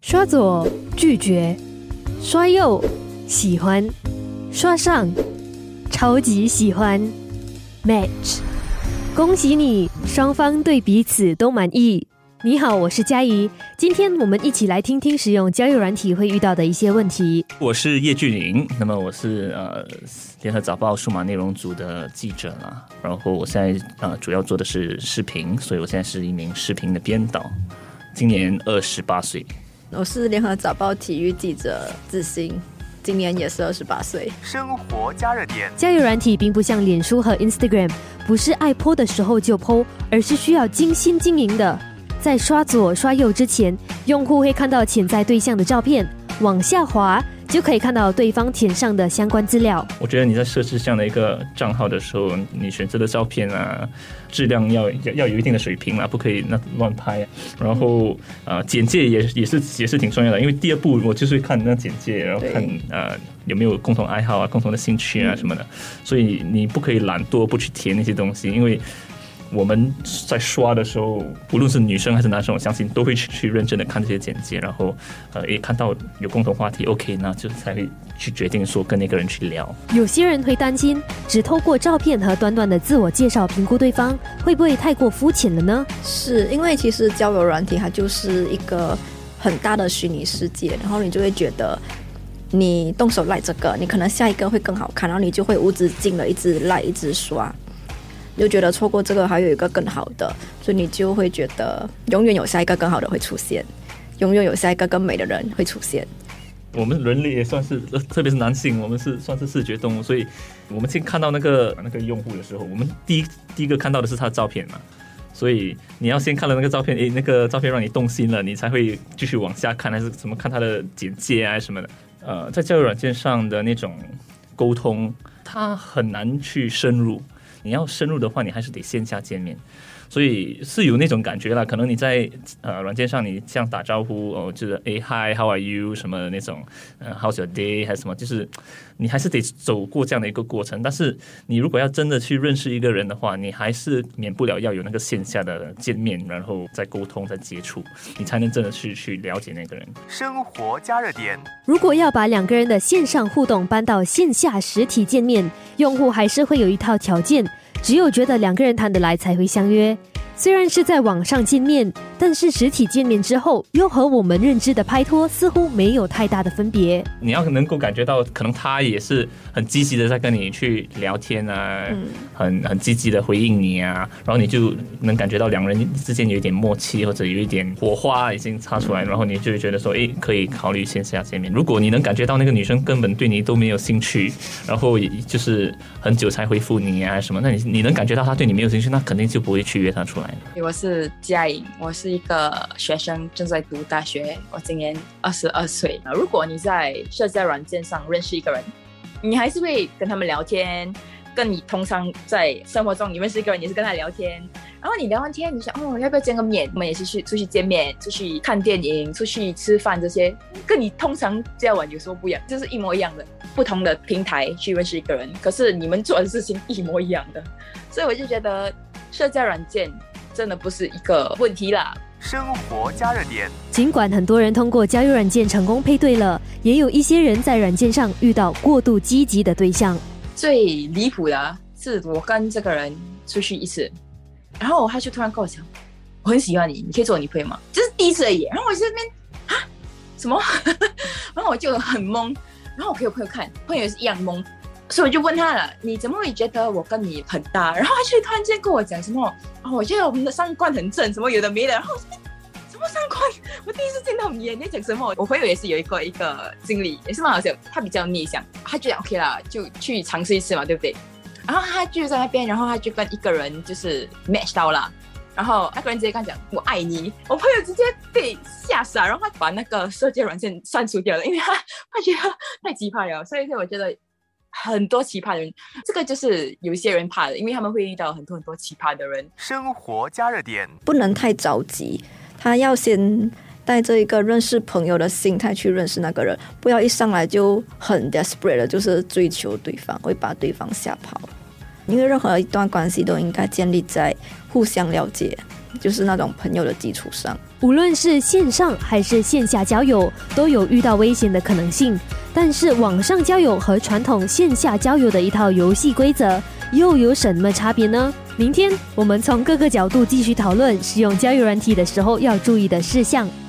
刷左拒绝，刷右喜欢，刷上超级喜欢 match。 恭喜你，双方对彼此都满意。你好，我是嘉怡，今天我们一起来听听使用交友软体会遇到的一些问题。 我是叶俊霖，那么我是联合早报数码内容组的记者啦，然后我现在主要做的是视频，所以我现在是一名视频的编导，今年28岁。 我是联合早报体育记者志兴，今年也是28岁。 生活加热点。 交友软体并不像脸书和 Instagram， 不是爱 po 的时候就 po， 而是需要精心经营的。在刷左刷右之前，用户会看到潜在对象的照片，往下滑就可以看到对方填上的相关资料。 我觉得你在设置这样的一个账号的时候，你选择的照片啊，质量要有一定的水平啦，不可以乱拍。然后简介也是挺重要的，因为第二步我就是会看那简介，然后看有没有共同爱好啊、共同的兴趣啊什么的。所以你不可以懒惰不去填那些东西，因为我们在刷的时候，无论是女生还是男生，我相信都会去认真的看这些简介，然后也看到有共同话题 OK， 那就才会去决定说跟那个人去聊。 有些人会担心，只透过照片和短短的自我介绍评估对方，会不会太过肤浅了呢？ 是因为其实交友软体它就是一个很大的虚拟世界，然后你就会觉得你动手like这个，你可能下一个会更好看，然后你就会无止境的一直like一直刷，就觉得错过这个还有一个更好的，所以你就会觉得永远有下一个更好的会出现，永远有下一个更美的人会出现。 我们人类也算是，特别是男性，我们算是视觉动物，所以我们先看到那个用户的时候，我们第一个看到的是他的照片嘛，所以你要先看了那个照片，那个照片让你动心了，你才会继续往下看，还是怎么看他的简介啊什么的。在交友软件上的那种沟通，它很难去深入。你要深入的话，你还是得线下见面，所以是有那种感觉啦。可能你在软件上你这样打招呼就是hi how are you 什么那种how's your day 还是什么，就是你还是得走过这样的一个过程。但是你如果要真的去认识一个人的话，你还是免不了要有那个线下的见面，然后再沟通再接触，你才能真的去了解那个人。 生活加热点。 如果要把两个人的线上互动搬到线下实体见面，用户还是会有一套条件，只有觉得两个人谈得来才会相约。虽然是在网上见面，但是实体见面之后，又和我们认知的拍拖似乎没有太大的分别。 你要能够感觉到，可能他也是很积极的在跟你去聊天啊，很积极的回应你啊，然后你就能感觉到两人之间有一点默契，或者有一点火花已经擦出来，然后你就会觉得说，可以考虑线下见面。如果你能感觉到那个女生根本对你都没有兴趣，然后就是很久才回复你啊什么，那你能感觉到她对你没有兴趣，那肯定就不会去约她出来。 我是嘉颖，我是一个学生，正在读大学，我今年22岁。如果你在社交软件上认识一个人，你还是会跟他们聊天，跟你通常在生活中你认识一个人也是跟他聊天，然后你聊完天，你想要不要见个面？我们也是出去见面，出去看电影，出去吃饭，这些跟你通常交往有时候不一样，就是一模一样的，不同的平台去认识一个人，可是你们做的事情一模一样的，所以我就觉得社交软件真的不是一个问题啦。 生活加热点。 尽管很多人通过交友软件成功配对了，也有一些人在软件上遇到过度积极的对象。 最离谱的是我跟这个人出去一次，然后他就突然跟我讲，我很喜欢你，你可以做我女朋友吗？这是第一次而已。然后我就在那边什么然后我就很懵，然后我给我朋友看，朋友也是一样懵，所以我就问他了，你怎么会觉得我跟你很搭？然后他就突然间跟我讲什么我觉得我们的三观很正，什么有的没的。然后我说什么三观？我第一次见到你，你在讲什么？我朋友也是有一个经历，也是蛮好笑，他比较内向，他就讲 OK 啦，就去尝试一次嘛，对不对？然后他就在那边，然后他就跟一个人就是 match 到了，然后那个人直接跟他讲我爱你，我朋友直接被吓傻，然后他把那个社交软件删除掉了，因为他觉得太奇葩了，所以我觉得很多奇葩的人，这个就是有一些人怕的，因为他们会遇到很多奇葩的人。 生活加热点。 不能太着急，他要先带着一个认识朋友的心态去认识那个人，不要一上来就很 desperate 的就是追求对方，会把对方吓跑。 因为任何一段关系都应该建立在互相了解，就是那种朋友的基础上。 无论是线上还是线下交友，都有遇到危险的可能性。但是网上交友和传统线下交友的一套游戏规则又有什么差别呢？明天我们从各个角度继续讨论使用交友软体的时候要注意的事项。